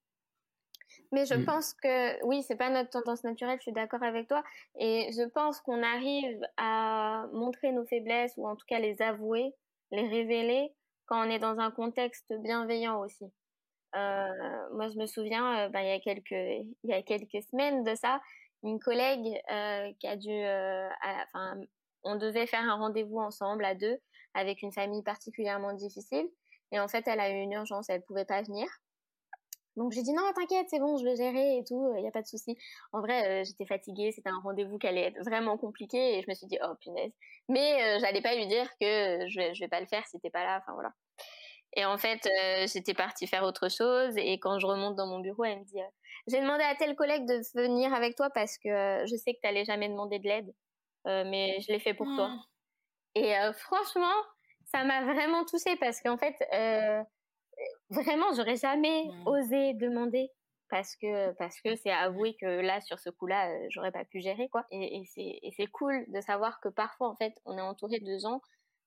Mais je mm. pense que, oui, c'est pas notre tendance naturelle, je suis d'accord avec toi. Et je pense qu'on arrive à montrer nos faiblesses, ou en tout cas les avouer, les révéler, quand on est dans un contexte bienveillant aussi. Euh, moi, je me souviens, euh, ben, il y a quelques, il y a quelques semaines de ça, une collègue euh, qui a dû, euh, enfin, on devait faire un rendez-vous ensemble à deux avec une famille particulièrement difficile, et en fait, elle a eu une urgence, elle pouvait pas venir. Donc j'ai dit non, t'inquiète, c'est bon, je vais gérer et tout, il y a pas de souci. En vrai, euh, j'étais fatiguée, c'était un rendez-vous qui allait être vraiment compliqué, et je me suis dit oh punaise. Mais euh, j'allais pas lui dire que je vais, je vais pas le faire si t'es pas là. Enfin voilà. Et en fait, euh, j'étais partie faire autre chose, et quand je remonte dans mon bureau, elle me dit euh, j'ai demandé à tel collègue de venir avec toi parce que euh, je sais que t'allais jamais demander de l'aide, euh, mais je l'ai fait pour mmh. toi. Et euh, franchement, ça m'a vraiment touchée parce qu'en fait, euh, vraiment, j'aurais jamais mmh. osé demander parce que parce que c'est avouer que là, sur ce coup-là, euh, j'aurais pas pu gérer quoi. Et, et c'est et c'est cool de savoir que parfois, en fait, on est entouré de gens.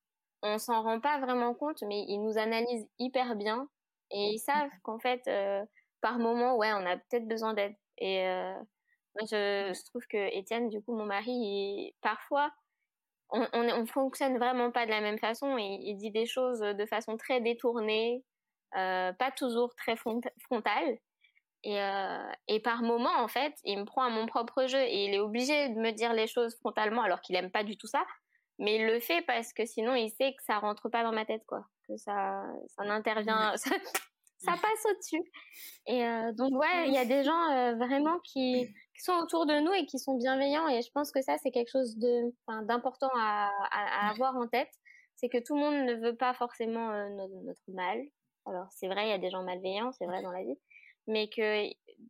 On s'en rend pas vraiment compte, mais ils nous analysent hyper bien et ils savent qu'en fait, euh, par moment, ouais, on a peut-être besoin d'aide. Et euh, moi, je, je trouve que Étienne, du coup, mon mari, il, parfois, on, on, on fonctionne vraiment pas de la même façon. Il, il dit des choses de façon très détournée, euh, pas toujours très front, frontale. Et, euh, et par moment, en fait, il me prend à mon propre jeu et il est obligé de me dire les choses frontalement alors qu'il aime pas du tout ça. Mais il le fait parce que sinon, il sait que ça rentre pas dans ma tête, quoi. Que ça, ça n'intervient, ça, ça passe au-dessus. Et euh, donc, ouais, il y a des gens euh, vraiment qui, qui sont autour de nous et qui sont bienveillants. Et je pense que ça, c'est quelque chose de, enfin, d'important à, à, à avoir en tête. C'est que tout le monde ne veut pas forcément euh, notre, notre mal. Alors, c'est vrai, il y a des gens malveillants, c'est vrai dans la vie. Mais que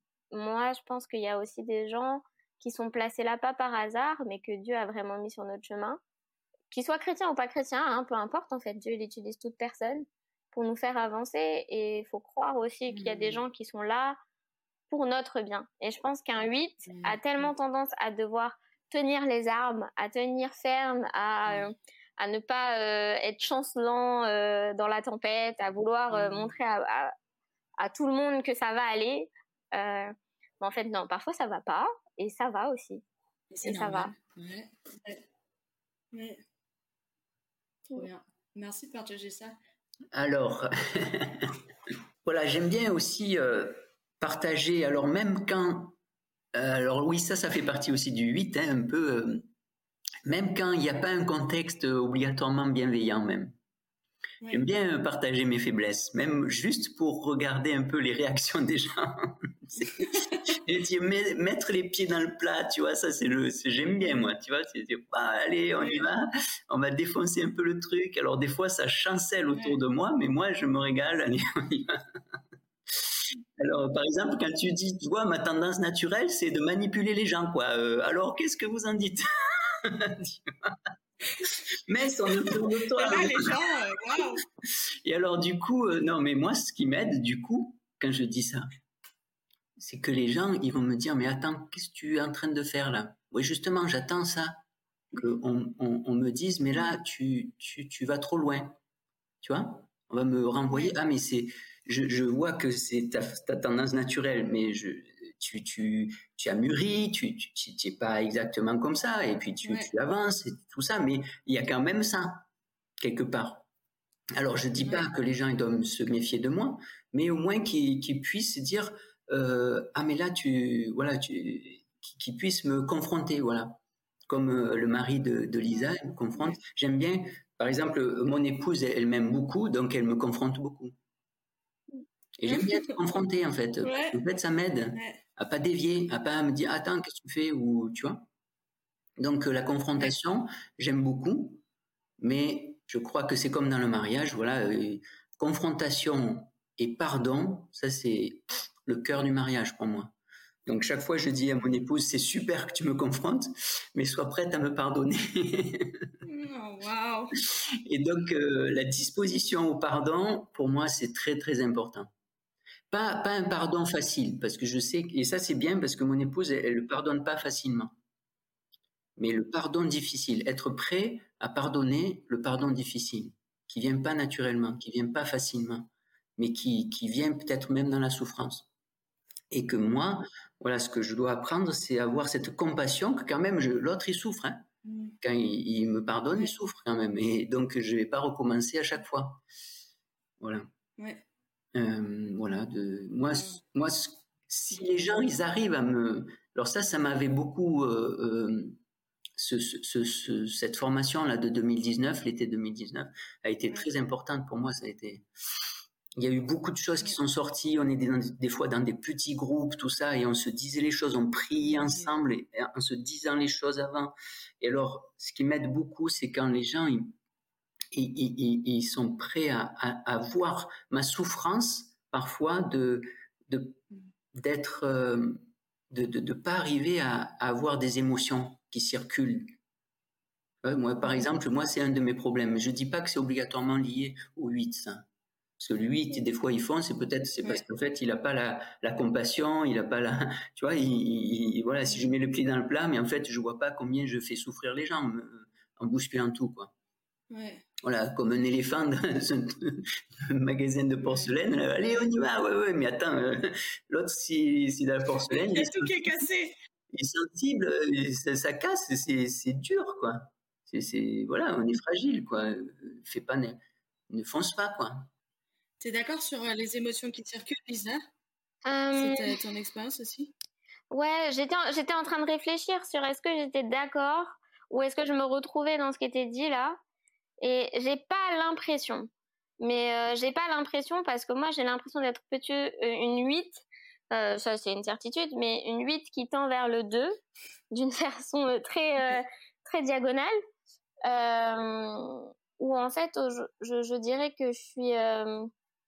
moi, je pense qu'il y a aussi des gens qui sont placés là, pas par hasard, mais que Dieu a vraiment mis sur notre chemin. Qu'ils soient chrétiens ou pas chrétiens, hein, peu importe, en fait, Dieu il utilise toute personne pour nous faire avancer, et il faut croire aussi mmh. qu'il y a des gens qui sont là pour notre bien. Et je pense qu'un huit mmh. a tellement tendance à devoir tenir les armes, à tenir ferme, à, mmh. euh, à ne pas euh, être chancelant euh, dans la tempête, à vouloir euh, mmh. montrer à, à, à tout le monde que ça va aller. Euh, mais en fait, non, parfois ça va pas, et ça va aussi. Et, c'est et ça va. Ouais. Ouais. Ouais. Trop bien. Merci de partager ça. Alors, voilà, j'aime bien aussi euh, partager, alors même quand, euh, alors oui, ça, ça fait partie aussi du huit, hein, un peu, euh, même quand il n'y a pas un contexte obligatoirement bienveillant même. Oui. J'aime bien partager mes faiblesses, même juste pour regarder un peu les réactions des gens. Et tu mettre les pieds dans le plat, tu vois, ça c'est le, c'est, j'aime bien moi, tu vois, c'est, c'est ah, allez, on y va, on va défoncer un peu le truc. Alors des fois ça chancelle autour de moi, mais moi je me régale, allez, on y va. Alors par exemple quand tu dis, tu vois, ma tendance naturelle c'est de manipuler les gens, quoi. Euh, alors qu'est-ce que vous en dites? Mais son autour de toi. Là, les gens, euh, wow. Et alors du coup, euh, non, mais moi ce qui m'aide du coup quand je dis ça, c'est que les gens, ils vont me dire, mais attends, qu'est-ce que tu es en train de faire là? Oui, justement, j'attends ça, qu'on on, on me dise, mais là, tu, tu, tu vas trop loin, tu vois? On va me renvoyer, ah, mais c'est, je, je vois que c'est ta, ta tendance naturelle, mais je, tu, tu, tu as mûri, tu, tu, tu es pas exactement comme ça, et puis tu, Ouais. tu avances et tout ça, mais il y a quand même ça quelque part. Alors je dis Ouais. pas que les gens ils doivent se méfier de moi, mais au moins qu'ils, qu'ils puissent dire euh, ah mais là tu voilà tu qu'ils puissent me confronter, voilà, comme euh, le mari de, de Lisa il me confronte. Ouais. J'aime bien, par exemple, mon épouse elle, elle m'aime beaucoup, donc elle me confronte beaucoup. Et j'aime bien être confronté en fait. Ouais. En fait, ça m'aide Ouais. à pas dévier, à pas me dire attends qu'est-ce que tu fais ou tu vois. Donc euh, la confrontation, j'aime beaucoup, mais je crois que c'est comme dans le mariage, voilà, euh, confrontation et pardon, ça c'est le cœur du mariage pour moi. Donc chaque fois je dis à mon épouse c'est super que tu me confrontes, mais sois prête à me pardonner. Oh, wow. Et donc euh, la disposition au pardon, pour moi c'est très très important. Pas, pas un pardon facile, parce que je sais, et ça c'est bien parce que mon épouse, elle ne pardonne pas facilement. Mais le pardon difficile, être prêt à pardonner le pardon difficile, qui vient pas naturellement, qui vient pas facilement, mais qui, qui vient peut-être même dans la souffrance. Et que moi, voilà, ce que je dois apprendre, c'est avoir cette compassion que quand même, je, l'autre il souffre, hein. Mm. Quand il, il me pardonne, Ouais. il souffre quand même. Et donc, je vais pas recommencer à chaque fois. Voilà. Ouais. Euh, voilà, de moi, Ouais. moi, si les gens ils arrivent à me, alors ça, ça m'avait beaucoup, euh, euh, ce, ce, ce, cette formation là de deux mille dix-neuf, l'été deux mille dix-neuf, a été Ouais. très importante pour moi. Ça a été, il y a eu beaucoup de choses qui Ouais. sont sorties. On est des, des fois dans des petits groupes, tout ça, et on se disait les choses, on priait Ouais. ensemble, et, et en se disant les choses avant. Et alors, ce qui m'aide beaucoup, c'est quand les gens ils, ils, ils, ils sont prêts à, à, à voir ma souffrance parfois de, de d'être euh, de, de, de pas arriver à, à avoir des émotions qui circulent. Ouais, moi, par exemple, moi, c'est un de mes problèmes. Je dis pas que c'est obligatoirement lié au huit, ça. Parce que le huit, des fois, ils font, c'est peut-être, c'est parce Ouais. qu'en fait, il a pas la, la compassion, il a pas la, tu vois, il, il- voilà, si je mets le pied dans le plat, mais en fait, je vois pas combien je fais souffrir les gens euh, en bousculant tout, quoi. Ouais. Voilà, comme un éléphant dans un magasin de porcelaine. Ouais. Allez, on y va, ouais, ouais, mais attends, euh, l'autre, si, si dans la porcelaine, il y a il tout qui est cassé. il est sensible, ça, ça casse, c'est, c'est dur, quoi. C'est, c'est, voilà, on est fragile, quoi. Fais pas, ne, ne fonce pas, quoi. T'es d'accord sur euh, les émotions qui circulent, Lisa? Euh, C'est ton expérience aussi? Ouais, j'étais en, j'étais en train de réfléchir sur est-ce que j'étais d'accord ou est-ce que je me retrouvais dans ce qui était dit là. Et j'ai pas l'impression. Mais euh, j'ai pas l'impression parce que moi j'ai l'impression d'être plutôt euh, une huit. Euh, ça c'est une certitude, mais une huit qui tend vers le deux d'une façon euh, très, euh, très diagonale. Euh, où en fait je, je, je dirais que je suis euh,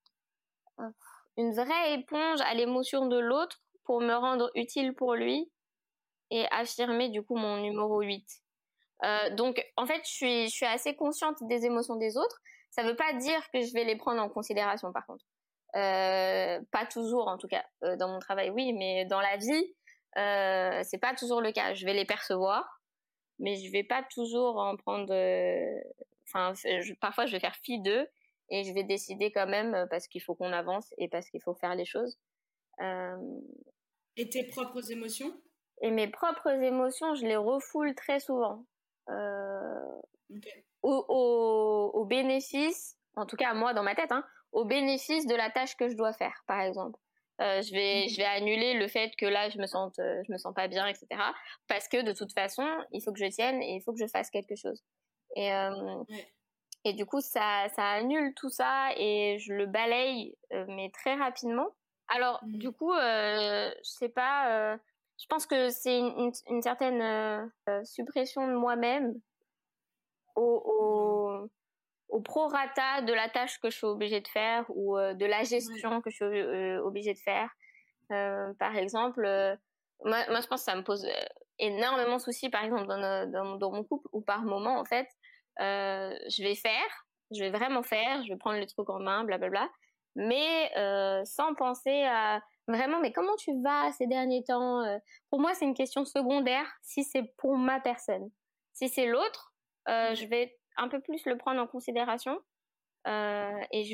une vraie éponge à l'émotion de l'autre pour me rendre utile pour lui et affirmer du coup mon numéro huit. Euh, donc en fait je suis, je suis assez consciente des émotions des autres. Ça veut pas dire que je vais les prendre en considération par contre. Euh, pas toujours en tout cas. Euh, dans mon travail oui, mais dans la vie euh, c'est pas toujours le cas. Je vais les percevoir, mais je vais pas toujours en prendre... euh, Enfin, je, parfois je vais faire fi d'eux et je vais décider quand même parce qu'il faut qu'on avance et parce qu'il faut faire les choses. Euh, Et tes propres émotions? Et mes propres émotions, je les refoule très souvent. Euh, Okay. au, au, au bénéfice, en tout cas moi dans ma tête, hein, au bénéfice de la tâche que je dois faire, par exemple. Euh, je vais, je vais annuler le fait que là je me sente, euh, je me sens pas bien, et cetera. Parce que de toute façon, il faut que je tienne et il faut que je fasse quelque chose. Et, euh, Ouais. et du coup, ça, ça annule tout ça et je le balaye, euh, mais très rapidement. Alors, Mhm. du coup, euh, je sais pas. Euh, je pense que c'est une, une, une certaine euh, euh, suppression de moi-même au, au, au prorata de la tâche que je suis obligée de faire ou euh, de la gestion Ouais. que je suis euh, obligée de faire. Euh, par exemple, euh, moi, moi, je pense que ça me pose euh, énormément de soucis, par exemple, dans, no- dans, dans mon couple, où par moment, en fait, euh, je vais faire, je vais vraiment faire, je vais prendre le truc en main, blablabla, mais euh, sans penser à vraiment, mais comment tu vas ces derniers temps? Euh, Pour moi, c'est une question secondaire si c'est pour ma personne. Si c'est l'autre, euh, Ouais. je vais un peu plus le prendre en considération euh, et je vais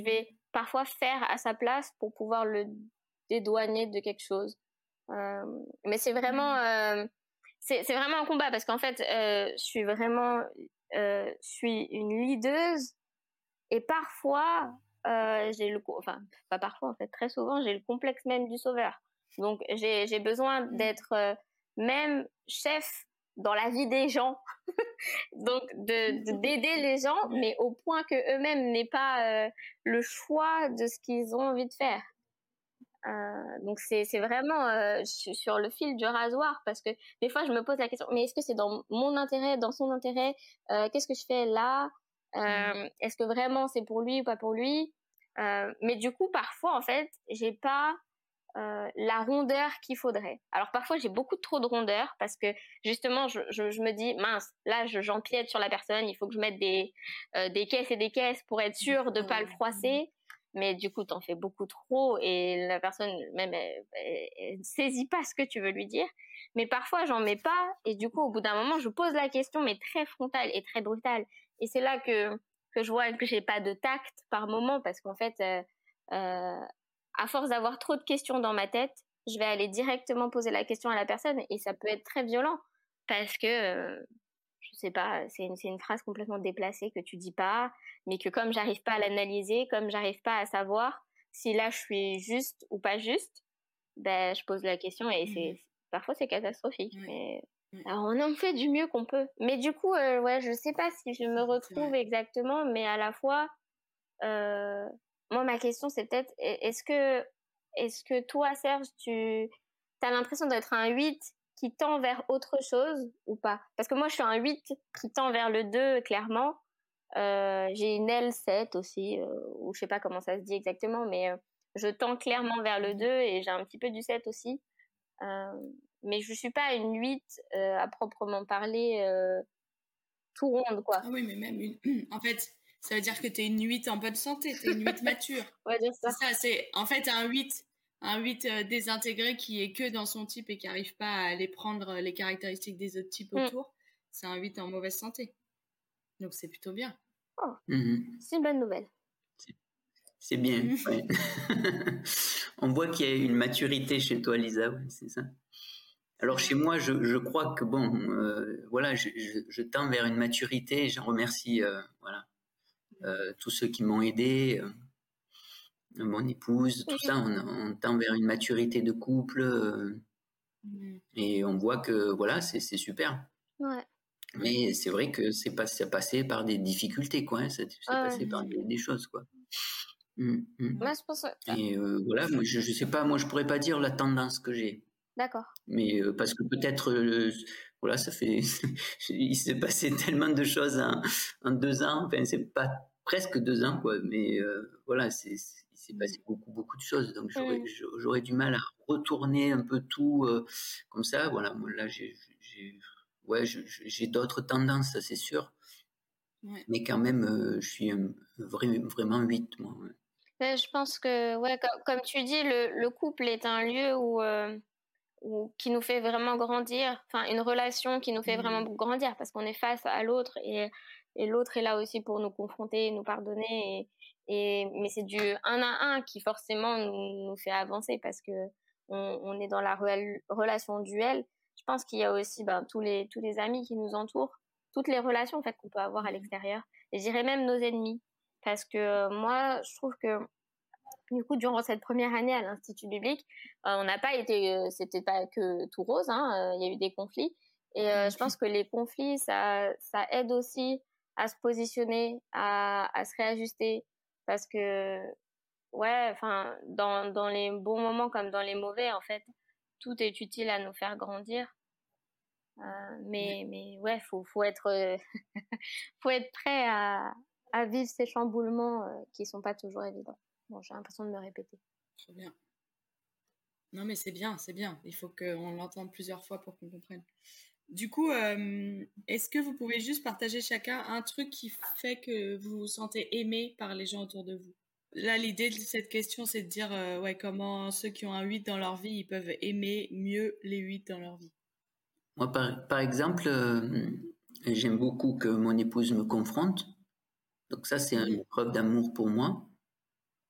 parfois faire à sa place pour pouvoir le dédouaner de quelque chose. Euh, mais c'est vraiment, euh, c'est, c'est vraiment un combat parce qu'en fait, euh, je suis vraiment, euh, je suis une leaduse et parfois, euh, j'ai le, enfin, pas parfois en fait, très souvent, j'ai le complexe même du sauveur. Donc, j'ai, j'ai besoin d'être euh, même chef dans la vie des gens. Donc, de, de, d'aider les gens, mais au point que eux-mêmes n'aient pas euh, le choix de ce qu'ils ont envie de faire. Euh, donc c'est c'est vraiment euh, sur le fil du rasoir parce que des fois je me pose la question mais est-ce que c'est dans mon intérêt, dans son intérêt, euh, qu'est-ce que je fais là, euh, est-ce que vraiment c'est pour lui ou pas pour lui, euh, mais du coup parfois en fait j'ai pas euh, la rondeur qu'il faudrait. Alors parfois j'ai beaucoup trop de rondeur parce que justement je, je, je me dis mince là je, j'empiète sur la personne, il faut que je mette des, euh, des caisses et des caisses pour être sûr de pas le froisser. Mais du coup, t'en fais beaucoup trop et la personne même elle, elle, elle saisit pas ce que tu veux lui dire. Mais parfois, j'en mets pas et du coup, au bout d'un moment, je pose la question, mais très frontale et très brutale. Et c'est là que que je vois que j'ai pas de tact par moment parce qu'en fait, euh, euh, à force d'avoir trop de questions dans ma tête, je vais aller directement poser la question à la personne et ça peut être très violent parce que euh, je sais pas, c'est une, c'est une phrase complètement déplacée que tu dis pas, mais que comme j'arrive pas à l'analyser, comme j'arrive pas à savoir si là je suis juste ou pas juste, ben je pose la question et c'est, mmh. parfois c'est catastrophique. Oui. Mais oui. Alors on en fait du mieux qu'on peut. Mais du coup, euh, ouais, je sais pas si je me retrouve exactement, mais à la fois, euh, moi ma question c'est peut-être, est-ce que, est-ce que toi Serge, tu as l'impression d'être un huit qui tend vers autre chose ou pas? Parce que moi, je suis un huit qui tend vers le deux, clairement. Euh, j'ai une L sept aussi, euh, ou je sais pas comment ça se dit exactement, mais euh, je tends clairement vers le deux et j'ai un petit peu du sept aussi. Euh, mais je suis pas une huit euh, à proprement parler euh, tout ronde, quoi. Ah oui, mais même une... En fait, ça veut dire que tu es une huit en bonne santé, tu es une huit mature. On va dire ça. C'est ça, c'est en fait un huit... Un huit euh, désintégré qui est que dans son type et qui n'arrive pas à aller prendre les caractéristiques des autres types mm. autour, c'est un huit en mauvaise santé. Donc c'est plutôt bien. Oh, mm-hmm. C'est une bonne nouvelle. C'est, c'est bien. Ouais. On voit qu'il y a une maturité chez toi, Lisa, ouais, c'est ça. Alors chez moi, je, je crois que bon, euh, voilà, je, je, je tends vers une maturité. Et j'en remercie, euh, voilà, euh, tous ceux qui m'ont aidé. Euh, mon épouse, tout ça, on, on tend vers une maturité de couple euh, mmh. et on voit que voilà, c'est, c'est super. Ouais. Mais c'est vrai que c'est, pas, c'est passé par des difficultés, quoi. Hein, c'est c'est ouais. passé par des, des choses, quoi. Mmh, mmh. Moi, je pense. Et euh, voilà, moi, je, je sais pas, moi, je pourrais pas dire la tendance que j'ai. D'accord. Mais euh, parce que peut-être, euh, voilà, ça fait, il s'est passé tellement de choses en, en deux ans. Enfin, c'est pas presque deux ans, quoi. Mais euh, voilà, c'est, c'est il s'est passé beaucoup, beaucoup de choses. Donc, j'aurais, mmh. j'aurais du mal à retourner un peu tout euh, comme ça. Voilà, moi, là, j'ai, j'ai, ouais, j'ai d'autres tendances, ça, c'est sûr. Ouais. Mais quand même, euh, je suis un, vrai, vraiment huit, moi. Ouais. Mais je pense que, ouais, comme, comme tu dis, le, le couple est un lieu où, euh, où, qui nous fait vraiment grandir. Enfin, une relation qui nous fait mmh. vraiment grandir parce qu'on est face à l'autre et, et l'autre est là aussi pour nous confronter, nous pardonner. Et, Et, mais c'est du un à un qui forcément nous, nous fait avancer parce que on, on est dans la re- relation duel. Je pense qu'il y a aussi ben, tous les tous les amis qui nous entourent, toutes les relations en fait qu'on peut avoir à l'extérieur. Et je dirais même nos ennemis parce que euh, moi je trouve que du coup durant cette première année à l'Institut biblique, euh, on n'a pas été, euh, c'était pas que tout rose, hein, il y a eu des conflits. Et euh, je pense que les conflits ça ça aide aussi à se positionner, à à se réajuster. Parce que, ouais, enfin, dans, dans les bons moments comme dans les mauvais, en fait, tout est utile à nous faire grandir. Euh, mais, mais ouais, faut, faut être, euh, faut être prêt à, à vivre ces chamboulements euh, qui sont pas toujours évidents. Bon, j'ai l'impression de me répéter. Très bien. Non, mais c'est bien, c'est bien. Il faut qu'on l'entende plusieurs fois pour qu'on comprenne. Du coup, euh, est-ce que vous pouvez juste partager chacun un truc qui fait que vous vous sentez aimé par les gens autour de vous? Là, l'idée de cette question, c'est de dire euh, ouais, comment ceux qui ont un huit dans leur vie, ils peuvent aimer mieux les huit dans leur vie. Moi, par, par exemple, euh, j'aime beaucoup que mon épouse me confronte. Donc ça, c'est mmh. une preuve d'amour pour moi.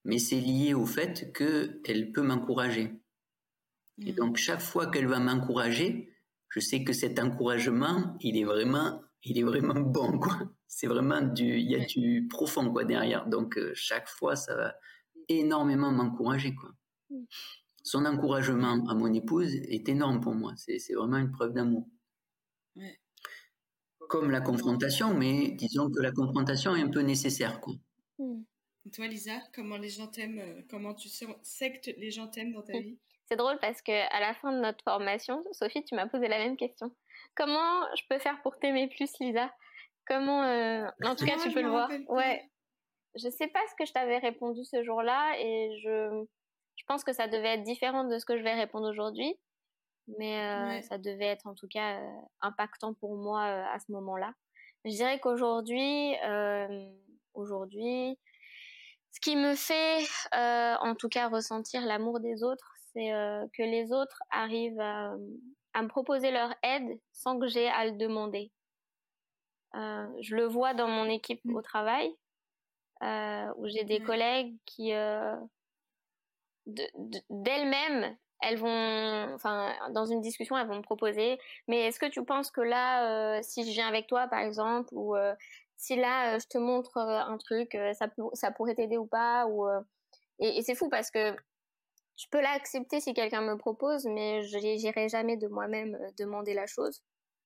mais c'est lié au fait qu'elle peut m'encourager. Mmh. Et donc, chaque fois qu'elle va m'encourager, je sais que cet encouragement, il est vraiment, il est vraiment bon, quoi. C'est vraiment du, il y a du profond, quoi, derrière. Donc, euh, chaque fois, ça va énormément m'encourager, quoi. Son encouragement à mon épouse est énorme pour moi. C'est, c'est vraiment une preuve d'amour. Ouais. Comme la confrontation, mais disons que la confrontation est un peu nécessaire, quoi. Et toi, Lisa, comment les gens t'aiment, comment tu sais que les gens t'aiment dans ta vie? C'est drôle parce que à la fin de notre formation, Sophie, tu m'as posé la même question. Comment je peux faire pour t'aimer plus, Lisa? Comment euh... En tout cas, ah, tu peux le voir. Ouais. Je sais pas ce que je t'avais répondu ce jour-là et je je pense que ça devait être différent de ce que je vais répondre aujourd'hui, mais euh, ouais. ça devait être en tout cas euh, impactant pour moi euh, à ce moment-là. Je dirais qu'aujourd'hui, euh, aujourd'hui, ce qui me fait euh, en tout cas ressentir l'amour des autres, c'est euh, que les autres arrivent à, à me proposer leur aide sans que j'ai à le demander. Euh, je le vois dans mon équipe mmh. au travail, euh, où j'ai des mmh. collègues qui, euh, de, de, d'elles-mêmes, elles vont, enfin, dans une discussion, elles vont me proposer, mais est-ce que tu penses que là, euh, si je viens avec toi, par exemple, ou euh, si là, euh, je te montre euh, un truc, euh, ça, ça pourrait t'aider ou pas, ou euh, et, et c'est fou parce que je peux l'accepter si quelqu'un me propose, mais je n'irai jamais de moi-même demander la chose.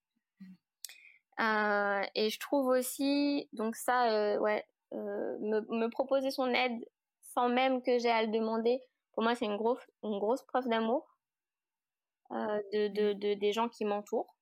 Euh, et je trouve aussi, donc ça, euh, ouais, euh, me, me proposer son aide sans même que j'ai à le demander, pour moi, c'est une, gros, une grosse preuve d'amour euh, de, de, de, des gens qui m'entourent.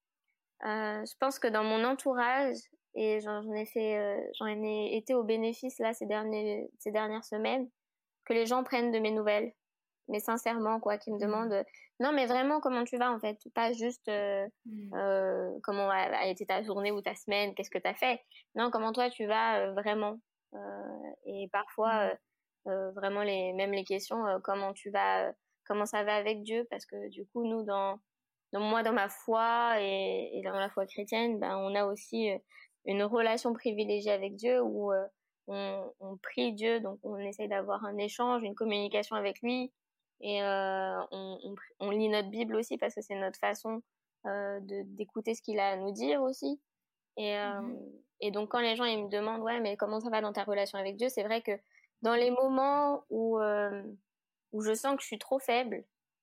Euh, je pense que dans mon entourage, et j'en, j'en ai fait, euh, j'en ai été au bénéfice là ces, derniers, ces dernières semaines, que les gens prennent de mes nouvelles. Mais sincèrement, quoi, qui me demandent mmh. non, mais vraiment, comment tu vas, en fait, pas juste euh, mmh. euh, comment a, a été ta journée ou ta semaine, qu'est-ce que t'as fait, non, comment toi tu vas euh, vraiment, euh, et parfois mmh. euh, euh, vraiment les même les questions euh, comment tu vas, euh, comment ça va avec Dieu, parce que du coup nous dans, dans moi dans ma foi et, et dans la foi chrétienne, ben on a aussi euh, une relation privilégiée avec Dieu où euh, on, on prie Dieu, donc on essaye d'avoir un échange, une communication avec lui. Et euh, on, on, on lit notre Bible aussi parce que c'est notre façon euh, de, d'écouter ce qu'il a à nous dire aussi. Et, euh, mmh. et donc quand les gens ils me demandent ouais mais comment ça va dans ta relation avec Dieu, c'est vrai que dans les moments où euh, où je sens que je suis trop faible,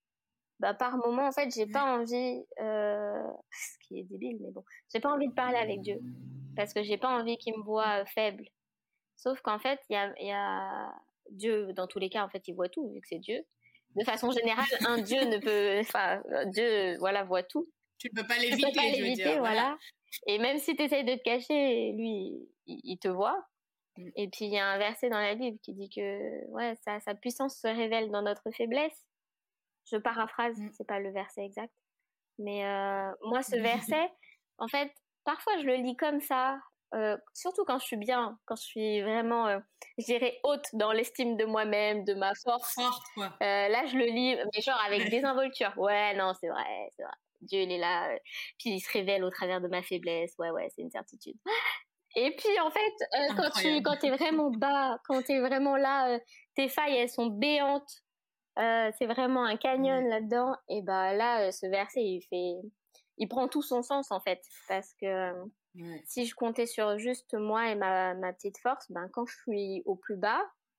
bah par moment en fait j'ai mmh. pas envie, euh, ce qui est débile mais bon, j'ai pas envie de parler avec Dieu parce que j'ai pas envie qu'il me voie euh, faible. Sauf qu'en fait il y a, y a Dieu dans tous les cas en fait il voit tout vu que c'est Dieu. De façon générale, un Dieu ne peut, enfin, Dieu, voilà, voit tout. Tu ne peux pas l'éviter, tu peux pas l'éviter, je veux dire, voilà. voilà. Et même si tu essayes de te cacher, lui, il, il te voit. Mm. Et puis, il y a un verset dans la Bible qui dit que, ouais, sa, sa puissance se révèle dans notre faiblesse. Je paraphrase, mm. c'est pas le verset exact. Mais euh, moi, ce verset, en fait, parfois, je le lis comme ça. Euh, surtout quand je suis bien, quand je suis vraiment, euh, je dirais, haute dans l'estime de moi-même, de ma force. Forte, quoi. Euh, là, je le lis, mais genre avec désinvolture. Ouais, non, c'est vrai, c'est vrai. Dieu, il est là. Euh, puis il se révèle au travers de ma faiblesse. Ouais, ouais, c'est une certitude. Et puis, en fait, euh, quand tu, quand t'es vraiment bas, quand t'es vraiment là, euh, tes failles, elles sont béantes. Euh, c'est vraiment un canyon mmh. là-dedans. Et bah là, euh, ce verset, il fait, il prend tout son sens, en fait. Parce que... Ouais. Si je comptais sur juste moi et ma, ma petite force, ben quand je suis au plus bas,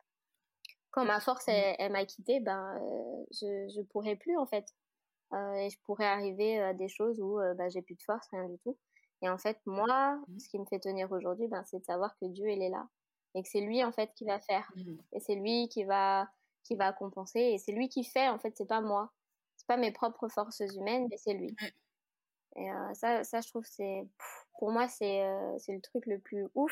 quand ma force elle, elle m'a quitté, ben euh, je je pourrais plus en fait, euh, et je pourrais arriver à des choses où euh, ben, j'ai plus de force, rien du tout. Et en fait moi, mmh. ce qui me fait tenir aujourd'hui, ben c'est de savoir que Dieu il est là et que c'est lui en fait qui va faire, mmh. et c'est lui qui va qui va compenser et c'est lui qui fait en fait, c'est pas moi, c'est pas mes propres forces humaines, mais c'est lui. Mmh. Et euh, ça, ça, je trouve, c'est, pour moi, c'est, euh, c'est le truc le plus ouf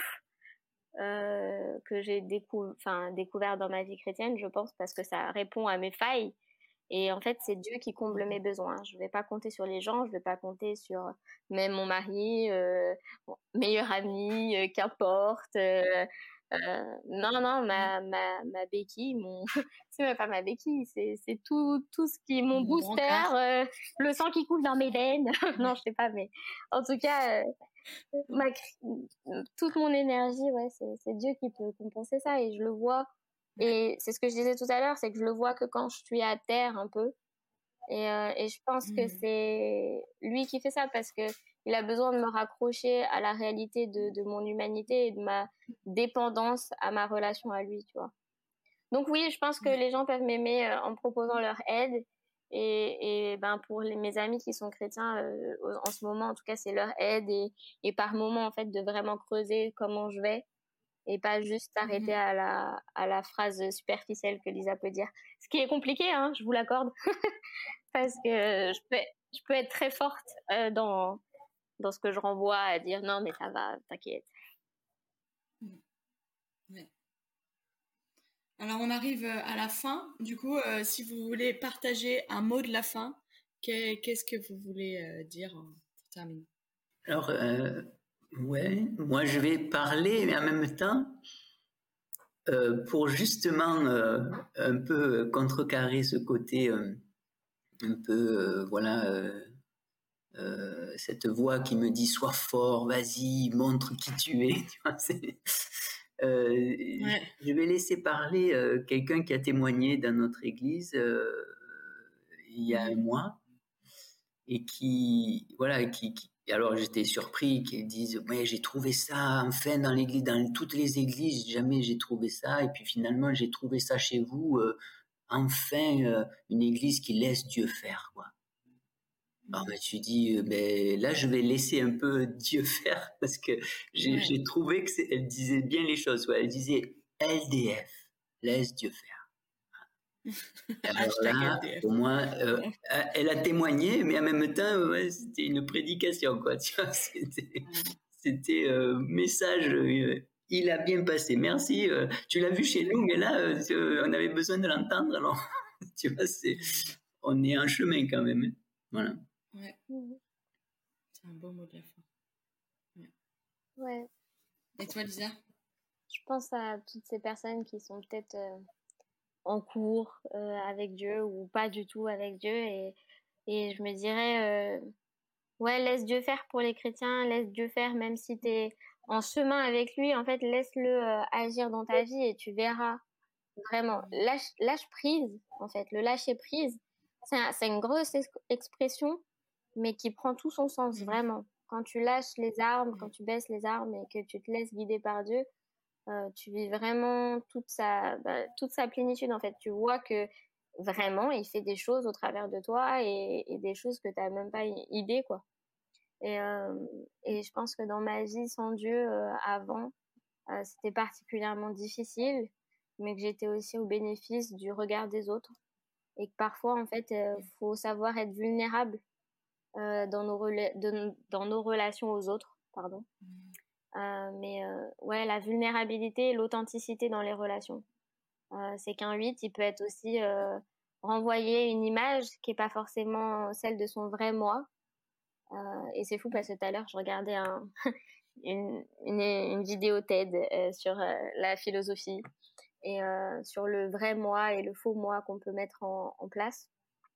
euh, que j'ai décou- enfin, découvert dans ma vie chrétienne, je pense, parce que ça répond à mes failles. Et en fait, c'est Dieu qui comble mes besoins. Je ne vais pas compter sur les gens, je ne vais pas compter sur même mon mari, euh, mon meilleur ami, euh, qu'importe. Euh, Euh, non, non, ma, ma, ma béquille, mon... c'est même pas ma béquille, c'est, c'est tout, tout ce qui est mon, mon booster, euh, le sang qui coule dans mes veines. Non, je sais pas, mais en tout cas, euh, ma... toute mon énergie, ouais, c'est, c'est Dieu qui peut compenser ça et je le vois Et c'est ce que je disais tout à l'heure, c'est que je le vois que quand je suis à terre un peu. Et, euh, et je pense mmh. que c'est lui qui fait ça parce que il a besoin de me raccrocher à la réalité de, de mon humanité et de ma dépendance à ma relation à lui, tu vois. Donc oui, je pense que les gens peuvent m'aimer euh, en proposant leur aide. Et, et ben pour les, mes amis qui sont chrétiens, euh, en ce moment, en tout cas, c'est leur aide. Et, et par moment, en fait, de vraiment creuser comment je vais. Et pas juste s'arrêter mmh. à, la, à la phrase superficielle que Lisa peut dire. Ce qui est compliqué, hein, je vous l'accorde. Parce que je peux, je peux être très forte euh, dans, dans ce que je renvoie à dire non, mais ça va, t'inquiète. Ouais. Alors, on arrive à la fin. Du coup, euh, si vous voulez partager un mot de la fin, qu'est-ce que vous voulez euh, dire pour terminer? Alors, euh, ouais, moi je vais parler, mais en même temps, euh, pour justement euh, un peu contrecarrer ce côté euh, un peu, euh, voilà, euh, euh, cette voix qui me dit sois fort, vas-y, montre qui tu es. Tu vois, c'est, euh, ouais. Je vais laisser parler euh, quelqu'un qui a témoigné dans notre église euh, il y a un mois et qui, voilà, qui, qui alors j'étais surpris qu'ils disent ouais, j'ai trouvé ça enfin dans l'église, dans toutes les églises jamais j'ai trouvé ça, et puis finalement j'ai trouvé ça chez vous, euh, enfin euh, une église qui laisse Dieu faire, quoi. Alors je me suis dit euh, ben là je vais laisser un peu Dieu faire parce que j'ai, ouais. j'ai trouvé que c'est, elle disait bien les choses, ouais. Elle disait L D F, laisse Dieu faire. Alors là, pour moi, euh, elle a témoigné, mais en même temps, ouais, c'était une prédication, quoi. Tu vois, c'était, c'était euh, message. Euh, il a bien passé. Merci. Euh, tu l'as vu chez nous, mais là, euh, on avait besoin de l'entendre. Alors, tu vois, c'est, on est en chemin quand même. Hein. Voilà. Ouais. C'est un beau mot de la fin. Ouais. ouais. Et toi, Lisa? Je pense à toutes ces personnes qui sont peut-être euh, en cours euh, avec Dieu ou pas du tout avec Dieu, et, et je me dirais euh, ouais, laisse Dieu faire pour les chrétiens, laisse Dieu faire même si t'es en chemin avec lui, en fait laisse-le euh, agir dans ta vie et tu verras vraiment. Lâche, lâche prise, en fait, le lâcher prise, c'est, un, c'est une grosse ex- expression mais qui prend tout son sens, vraiment. Quand tu lâches les armes, quand tu baisses les armes et que tu te laisses guider par Dieu, Euh, tu vis vraiment toute sa, bah, toute sa plénitude, en fait. Tu vois que vraiment, il fait des choses au travers de toi et, et des choses que tu n'as même pas idée, quoi. Et, euh, et je pense que dans ma vie sans Dieu, euh, avant, euh, c'était particulièrement difficile, mais que j'étais aussi au bénéfice du regard des autres. Et que parfois, en fait, il euh, faut savoir être vulnérable euh, dans, nos rela- de, dans nos relations aux autres, pardon. Euh, mais euh, ouais, la vulnérabilité et l'authenticité dans les relations. Euh, c'est qu'un huit, il peut être aussi euh, renvoyer une image qui n'est pas forcément celle de son vrai moi. Euh, et c'est fou parce que tout à l'heure, je regardais un, une, une, une vidéo TED euh, sur euh, la philosophie et euh, sur le vrai moi et le faux moi qu'on peut mettre en, en place.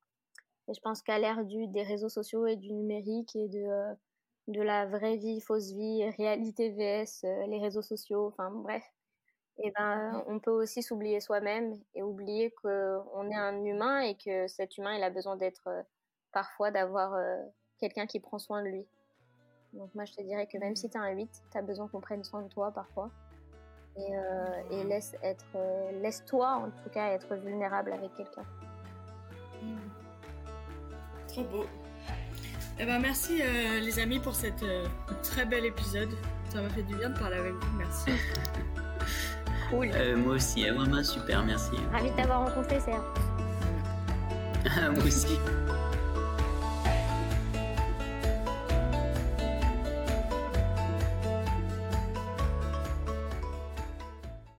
Et je pense qu'à l'ère du, des réseaux sociaux et du numérique et de... Euh, de la vraie vie, fausse vie, réalité vs euh, les réseaux sociaux, enfin bref, et ben on peut aussi s'oublier soi-même et oublier qu'on est un humain et que cet humain il a besoin d'être euh, parfois d'avoir euh, quelqu'un qui prend soin de lui. Donc moi je te dirais que même si t'es un huit, t'as besoin qu'on prenne soin de toi parfois et, euh, et laisse être, euh, laisse-toi en tout cas être vulnérable avec quelqu'un. Mmh. Trop beau. Eh ben merci euh, les amis pour cet euh, très bel épisode. Ça m'a fait du bien de parler avec vous, merci. Cool. Euh, moi aussi, vraiment super, merci. Ravi de t'avoir rencontré, Serge. Moi aussi.